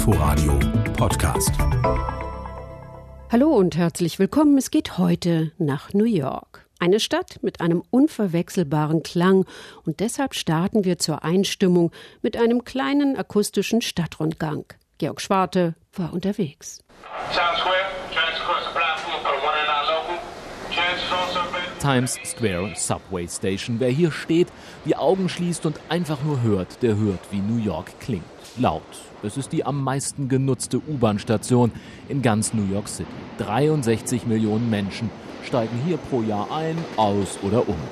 Inforadio Podcast. Hallo und herzlich willkommen. Es geht heute nach New York. Eine Stadt mit einem unverwechselbaren Klang. Und deshalb starten wir zur Einstimmung mit einem kleinen akustischen Stadtrundgang. Georg Schwarte war unterwegs. Times Square Subway Station. Wer hier steht, die Augen schließt und einfach nur hört, der hört, wie New York klingt. Laut. Es ist die am meisten genutzte U-Bahn-Station in ganz New York City. 63 Millionen Menschen steigen hier pro Jahr ein, aus oder um.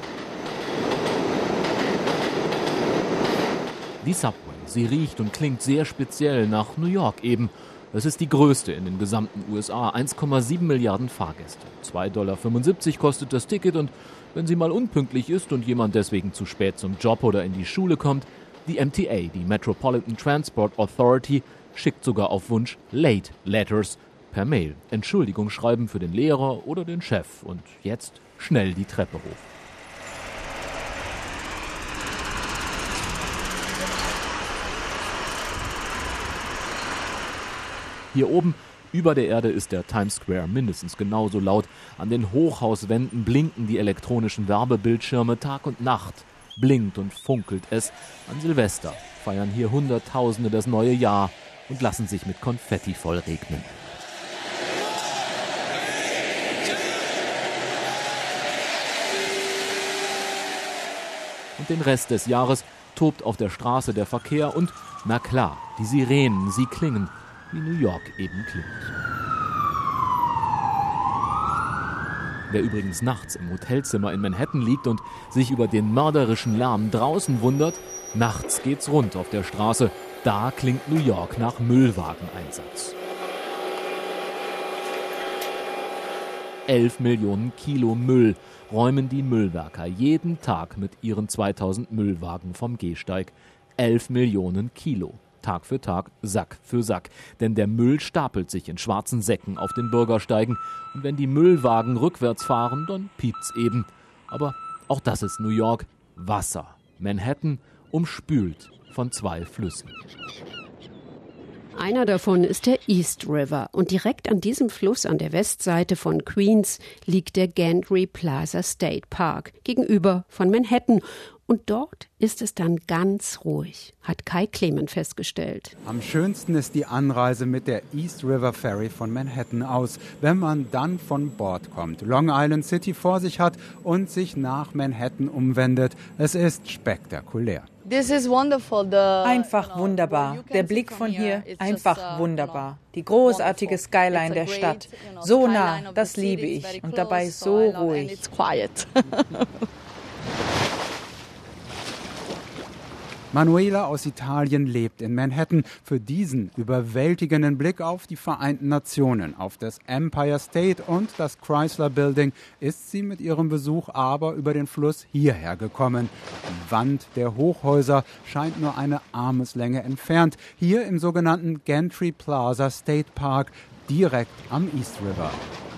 Die Subway, sie riecht und klingt sehr speziell nach New York eben. Es ist die größte in den gesamten USA, 1,7 Milliarden Fahrgäste. 2,75 $ kostet das Ticket und wenn sie mal unpünktlich ist und jemand deswegen zu spät zum Job oder in die Schule kommt, die MTA, die Metropolitan Transport Authority, schickt sogar auf Wunsch Late Letters per Mail. Entschuldigung schreiben für den Lehrer oder den Chef und jetzt schnell die Treppe hoch. Hier oben, über der Erde, ist der Times Square mindestens genauso laut. An den Hochhauswänden blinken die elektronischen Werbebildschirme Tag und Nacht. Blinkt und funkelt es. An Silvester feiern hier Hunderttausende das neue Jahr und lassen sich mit Konfetti vollregnen. Und den Rest des Jahres tobt auf der Straße der Verkehr und, na klar, die Sirenen, sie klingen, wie New York eben klingt. Wer übrigens nachts im Hotelzimmer in Manhattan liegt und sich über den mörderischen Lärm draußen wundert, nachts geht's rund auf der Straße. Da klingt New York nach Müllwageneinsatz. 11 Millionen Kilo Müll räumen die Müllwerker jeden Tag mit ihren 2000 Müllwagen vom Gehsteig. 11 Millionen Kilo. Tag für Tag, Sack für Sack. Denn der Müll stapelt sich in schwarzen Säcken auf den Bürgersteigen. Und wenn die Müllwagen rückwärts fahren, dann piept's eben. Aber auch das ist New York. Wasser. Manhattan umspült von 2 Flüssen. Einer davon ist der East River. Und direkt an diesem Fluss an der Westseite von Queens liegt der Gantry Plaza State Park gegenüber von Manhattan. Und dort ist es dann ganz ruhig, hat Kai Clement festgestellt. Am schönsten ist die Anreise mit der East River Ferry von Manhattan aus, wenn man dann von Bord kommt, Long Island City vor sich hat und sich nach Manhattan umwendet. Es ist spektakulär. Einfach wunderbar. Der Blick von hier, einfach wunderbar. Die großartige Skyline der Stadt. So nah, das liebe ich. Und dabei so ruhig. Manuela aus Italien lebt in Manhattan. Für diesen überwältigenden Blick auf die Vereinten Nationen, auf das Empire State und das Chrysler Building ist sie mit ihrem Besuch aber über den Fluss hierher gekommen. Die Wand der Hochhäuser scheint nur eine Armeslänge entfernt, hier im sogenannten Gantry Plaza State Park, direkt am East River.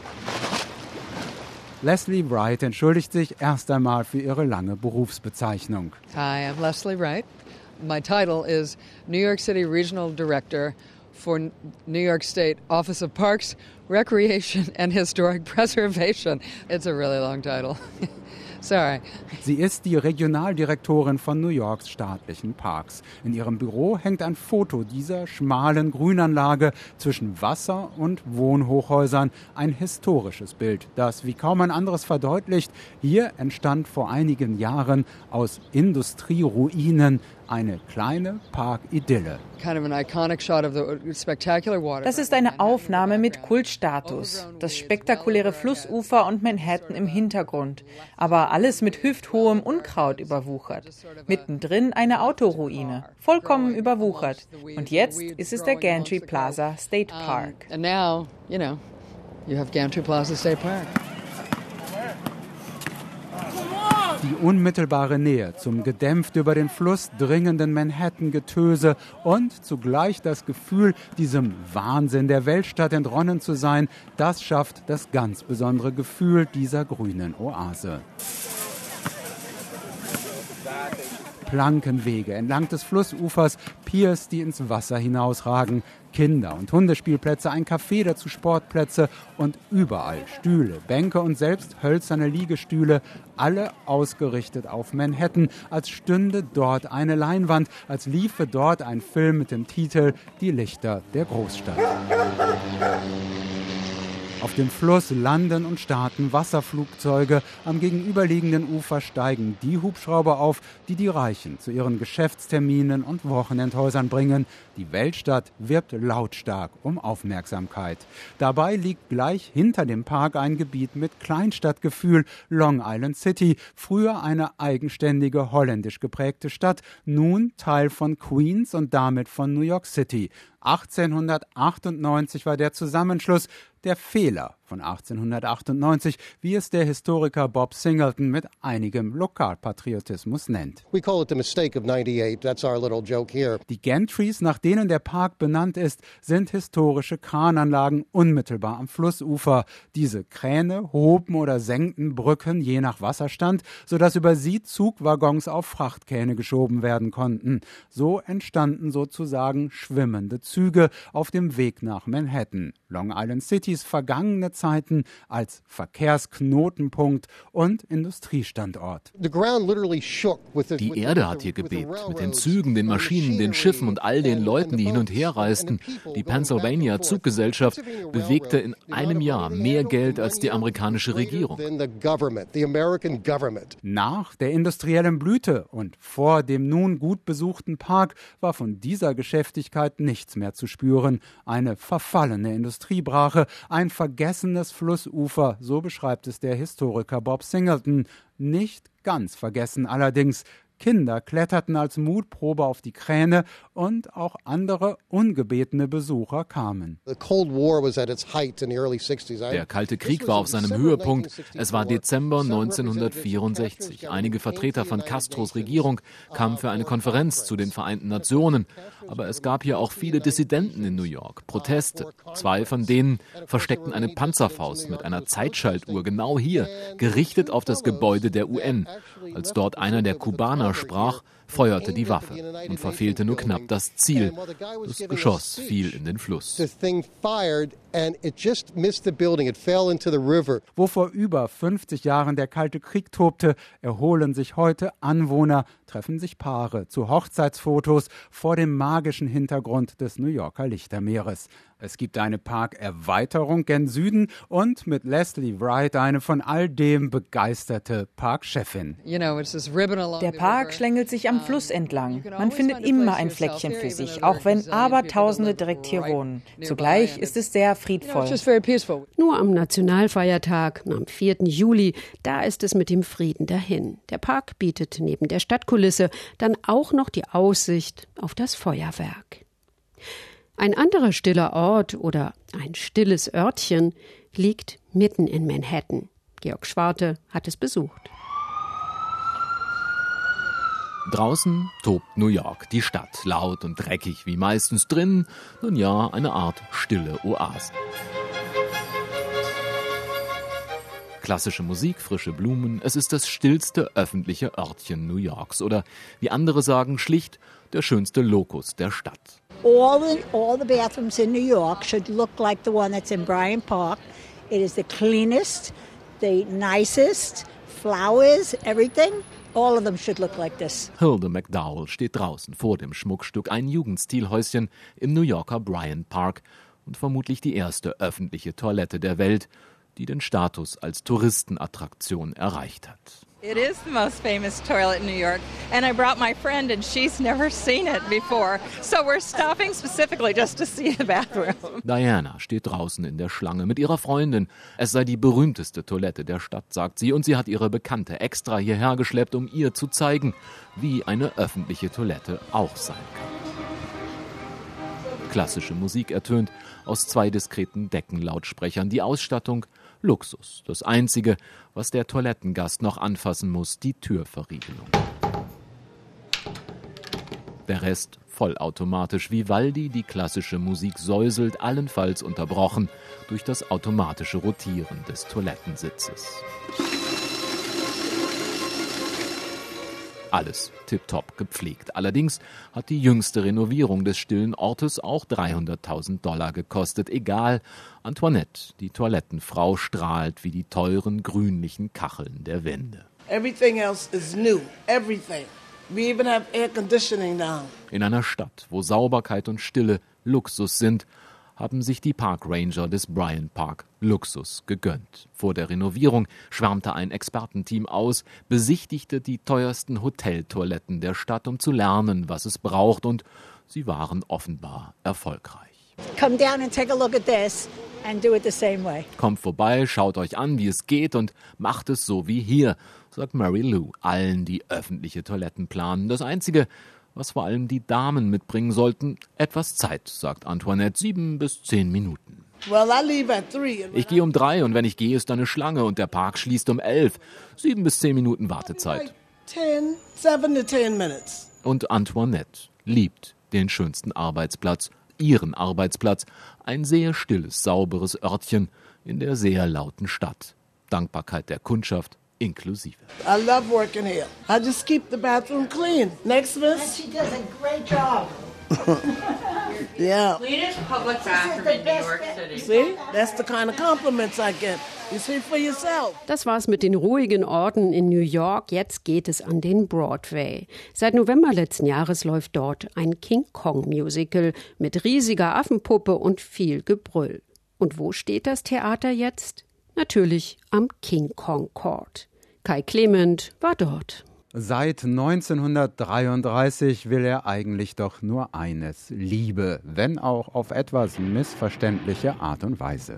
Leslie Wright entschuldigt sich erst einmal für ihre lange Berufsbezeichnung. Hi, I'm Leslie Wright. My title is New York City Regional Director for New York State Office of Parks, Recreation and Historic Preservation. It's a really long title. Sorry. Sie ist die Regionaldirektorin von New Yorks staatlichen Parks. In ihrem Büro hängt ein Foto dieser schmalen Grünanlage zwischen Wasser und Wohnhochhäusern. Ein historisches Bild, das wie kaum ein anderes verdeutlicht, hier entstand vor einigen Jahren aus Industrieruinen eine kleine Parkidylle. Das ist eine Aufnahme mit Kultstatus. Das spektakuläre Flussufer und Manhattan im Hintergrund. Aber alles mit hüfthohem Unkraut überwuchert. Mittendrin eine Autoruine. Vollkommen überwuchert. Und jetzt ist es der Gantry Plaza State Park. And now, you have Gantry Plaza State Park. Die unmittelbare Nähe zum gedämpft über den Fluss dringenden Manhattan-Getöse und zugleich das Gefühl, diesem Wahnsinn der Weltstadt entronnen zu sein, das schafft das ganz besondere Gefühl dieser grünen Oase. Plankenwege entlang des Flussufers, Piers, die ins Wasser hinausragen, Kinder- und Hundespielplätze, ein Café, dazu Sportplätze und überall Stühle, Bänke und selbst hölzerne Liegestühle, alle ausgerichtet auf Manhattan, als stünde dort eine Leinwand, als liefe dort ein Film mit dem Titel »Die Lichter der Großstadt«. Auf dem Fluss landen und starten Wasserflugzeuge. Am gegenüberliegenden Ufer steigen die Hubschrauber auf, die die Reichen zu ihren Geschäftsterminen und Wochenendhäusern bringen. Die Weltstadt wirbt lautstark um Aufmerksamkeit. Dabei liegt gleich hinter dem Park ein Gebiet mit Kleinstadtgefühl, Long Island City, früher eine eigenständige holländisch geprägte Stadt, nun Teil von Queens und damit von New York City. 1898 war der Zusammenschluss, der Fehler von 1898, wie es der Historiker Bob Singleton mit einigem Lokalpatriotismus nennt. We call it the mistake of 98. That's our little joke here. Die Gantries, nach denen der Park benannt ist, sind historische Krananlagen unmittelbar am Flussufer. Diese Kräne hoben oder senkten Brücken je nach Wasserstand, sodass über sie Zugwaggons auf Frachtkähne geschoben werden konnten. So entstanden sozusagen schwimmende Züge auf dem Weg nach Manhattan. Long Island Citys vergangene Zeiten als Verkehrsknotenpunkt und Industriestandort. Die Erde hat hier gebebt, mit den Zügen, den Maschinen, den Schiffen und all den Leuten, die hin und her reisten. Die Pennsylvania Zuggesellschaft bewegte in einem Jahr mehr Geld als die amerikanische Regierung. Nach der industriellen Blüte und vor dem nun gut besuchten Park war von dieser Geschäftigkeit nichts mehr zu spüren. Eine verfallene Industriebrache, ein vergessenes Flussufer, so beschreibt es der Historiker Bob Singleton. Nicht ganz vergessen allerdings. Kinder kletterten als Mutprobe auf die Kräne und auch andere ungebetene Besucher kamen. Der Kalte Krieg war auf seinem Höhepunkt. Es war Dezember 1964. Einige Vertreter von Castros Regierung kamen für eine Konferenz zu den Vereinten Nationen. Aber es gab hier auch viele Dissidenten in New York, Proteste. 2 von denen versteckten eine Panzerfaust mit einer Zeitschaltuhr genau hier, gerichtet auf das Gebäude der UN. Als dort einer der Kubaner sprach, feuerte die Waffe und verfehlte nur knapp das Ziel. Das Geschoss fiel in den Fluss. Wo vor über 50 Jahren der Kalte Krieg tobte, erholen sich heute Anwohner, treffen sich Paare zu Hochzeitsfotos vor dem magischen Hintergrund des New Yorker Lichtermeeres. Es gibt eine Parkerweiterung gen Süden und mit Leslie Wright eine von all dem begeisterte Parkchefin. Der Park schlängelt sich am Fluss entlang. Man findet immer ein Fleckchen für sich, auch wenn Abertausende direkt hier wohnen. Zugleich ist es sehr friedvoll. Nur am Nationalfeiertag, am 4. Juli, da ist es mit dem Frieden dahin. Der Park bietet neben der Stadtkulisse dann auch noch die Aussicht auf das Feuerwerk. Ein anderer stiller Ort oder ein stilles Örtchen liegt mitten in Manhattan. Georg Schwarte hat es besucht. Draußen tobt New York, die Stadt, laut und dreckig wie meistens drin, nun ja, eine Art stille Oase. Klassische Musik, frische Blumen, es ist das stillste öffentliche Örtchen New Yorks oder, wie andere sagen, schlicht der schönste Lokus der Stadt. All the bathrooms in New York should look like the one that's in Bryant Park. It is the cleanest, the nicest, flowers, everything. All of them should look like this. Hilda McDowell steht draußen vor dem Schmuckstück, ein Jugendstilhäuschen im New Yorker Bryant Park und vermutlich die erste öffentliche Toilette der Welt, die den Status als Touristenattraktion erreicht hat. It is the most famous toilet in New York, and I brought my friend and she's never seen it before, so we're stopping specifically just to see the bathroom. Diana steht draußen in der Schlange mit ihrer Freundin. Es sei die berühmteste Toilette der Stadt, sagt sie, und sie hat ihre Bekannte extra hierher geschleppt, um ihr zu zeigen, wie eine öffentliche Toilette auch sein kann. Klassische Musik ertönt aus 2 diskreten Deckenlautsprechern. Die Ausstattung Luxus. Das Einzige, was der Toilettengast noch anfassen muss, die Türverriegelung. Der Rest vollautomatisch. Vivaldi, die klassische Musik säuselt, allenfalls unterbrochen durch das automatische Rotieren des Toilettensitzes. Alles tipptopp gepflegt. Allerdings hat die jüngste Renovierung des stillen Ortes auch $300.000 gekostet. Egal, Antoinette, die Toilettenfrau, strahlt wie die teuren grünlichen Kacheln der Wände. Everything else is new. Everything. We even have air conditioning now. In einer Stadt, wo Sauberkeit und Stille Luxus sind, haben sich die Parkranger des Bryant Park Luxus gegönnt. Vor der Renovierung schwärmte ein Expertenteam aus, besichtigte die teuersten Hoteltoiletten der Stadt, um zu lernen, was es braucht, und sie waren offenbar erfolgreich. Come down and take a look at this and do it the same way. Kommt vorbei, schaut euch an, wie es geht und macht es so wie hier, sagt Mary Lou allen, die öffentliche Toiletten planen. Das Einzige, was vor allem die Damen mitbringen sollten, etwas Zeit, sagt Antoinette, 7 bis 10 Minuten. Well, I leave at 3. Ich gehe um 3 und wenn ich gehe, ist da eine Schlange und der Park schließt um 11. 7 bis 10 Minuten Wartezeit. 7 to 10 minutes. Und Antoinette liebt den schönsten Arbeitsplatz, ihren Arbeitsplatz, ein sehr stilles, sauberes Örtchen in der sehr lauten Stadt. Dankbarkeit der Kundschaft inklusive. I love working here. I just keep the bathroom clean. Next, miss. And she does a great job. Yeah. Cleanest public bathroom in New York City. See? That's the kind of compliments I get. You see for yourself. Das war's mit den ruhigen Orten in New York. Jetzt geht es an den Broadway. Seit November letzten Jahres läuft dort ein King Kong Musical mit riesiger Affenpuppe und viel Gebrüll. Und wo steht das Theater jetzt? Natürlich am King Kong Court. Kai Clement war dort. Seit 1933 will er eigentlich doch nur eines: Liebe, wenn auch auf etwas missverständliche Art und Weise.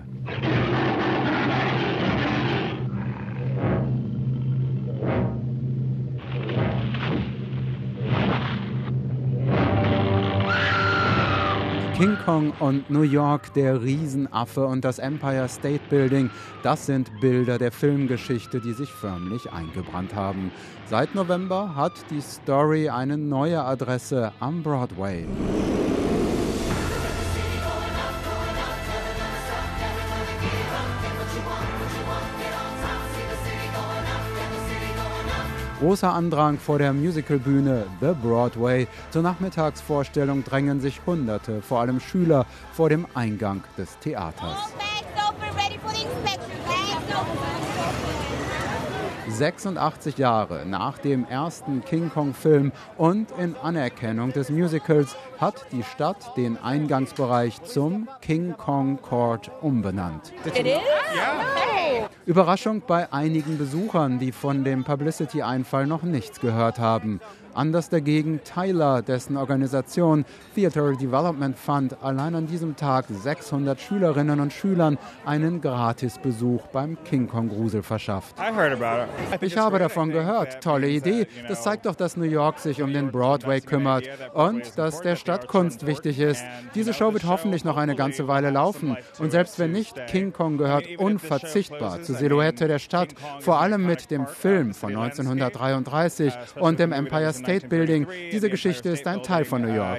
King Kong und New York, der Riesenaffe und das Empire State Building, das sind Bilder der Filmgeschichte, die sich förmlich eingebrannt haben. Seit November hat die Story eine neue Adresse am Broadway. Großer Andrang vor der Musicalbühne The Broadway. Zur Nachmittagsvorstellung drängen sich Hunderte, vor allem Schüler, vor dem Eingang des Theaters. 86 Jahre nach dem ersten King Kong-Film und in Anerkennung des Musicals hat die Stadt den Eingangsbereich zum King Kong Court umbenannt. Überraschung bei einigen Besuchern, die von dem Publicity-Einfall noch nichts gehört haben. Anders dagegen Tyler, dessen Organisation Theater Development Fund allein an diesem Tag 600 Schülerinnen und Schülern einen Gratisbesuch beim King Kong Grusel verschafft. Ich habe davon gehört. Tolle Idee. Das zeigt doch, dass New York sich um den Broadway kümmert und dass der Stadt Kunst wichtig ist. Diese Show wird hoffentlich noch eine ganze Weile laufen. Und selbst wenn nicht, King Kong gehört unverzichtbar zur Silhouette der Stadt, vor allem mit dem Film von 1933 und dem Empire State Building. Diese Geschichte ist ein Teil von New York.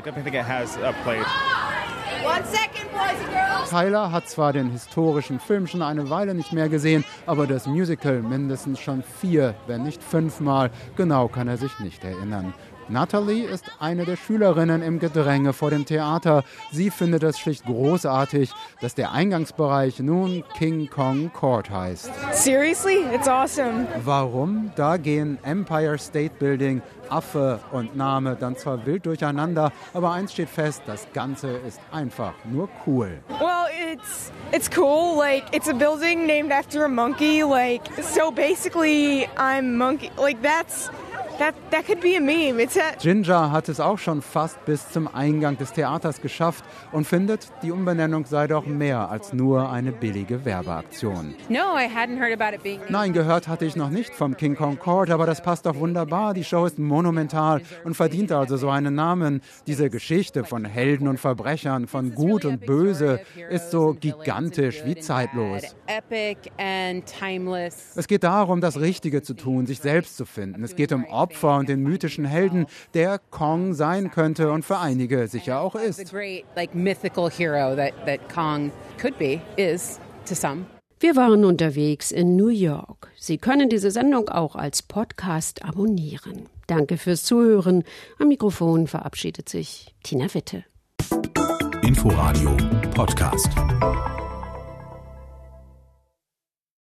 Tyler hat zwar den historischen Film schon eine Weile nicht mehr gesehen, aber das Musical mindestens schon 4, wenn nicht 5 Mal. Genau kann er sich nicht erinnern. Natalie ist eine der Schülerinnen im Gedränge vor dem Theater. Sie findet es schlicht großartig, dass der Eingangsbereich nun King Kong Court heißt. Seriously? It's awesome. Warum? Da gehen Empire State Building, Affe und Name dann zwar wild durcheinander, aber eins steht fest, das Ganze ist einfach nur cool. Well, it's cool. Like, it's a building named after a monkey. Like, so basically I'm monkey. Like, That could be a meme. Ginger hat es auch schon fast bis zum Eingang des Theaters geschafft und findet, die Umbenennung sei doch mehr als nur eine billige Werbeaktion. Nein, gehört hatte ich noch nicht vom King Kong Court, aber das passt doch wunderbar. Die Show ist monumental und verdient also so einen Namen. Diese Geschichte von Helden und Verbrechern, von Gut und Böse, ist so gigantisch wie zeitlos. Es geht darum, das Richtige zu tun, sich selbst zu finden. Es geht um Opfer und den mythischen Helden, der Kong sein könnte und für einige sicher auch ist. Wir waren unterwegs in New York. Sie können diese Sendung auch als Podcast abonnieren. Danke fürs Zuhören. Am Mikrofon verabschiedet sich Tina Witte. Inforadio Podcast.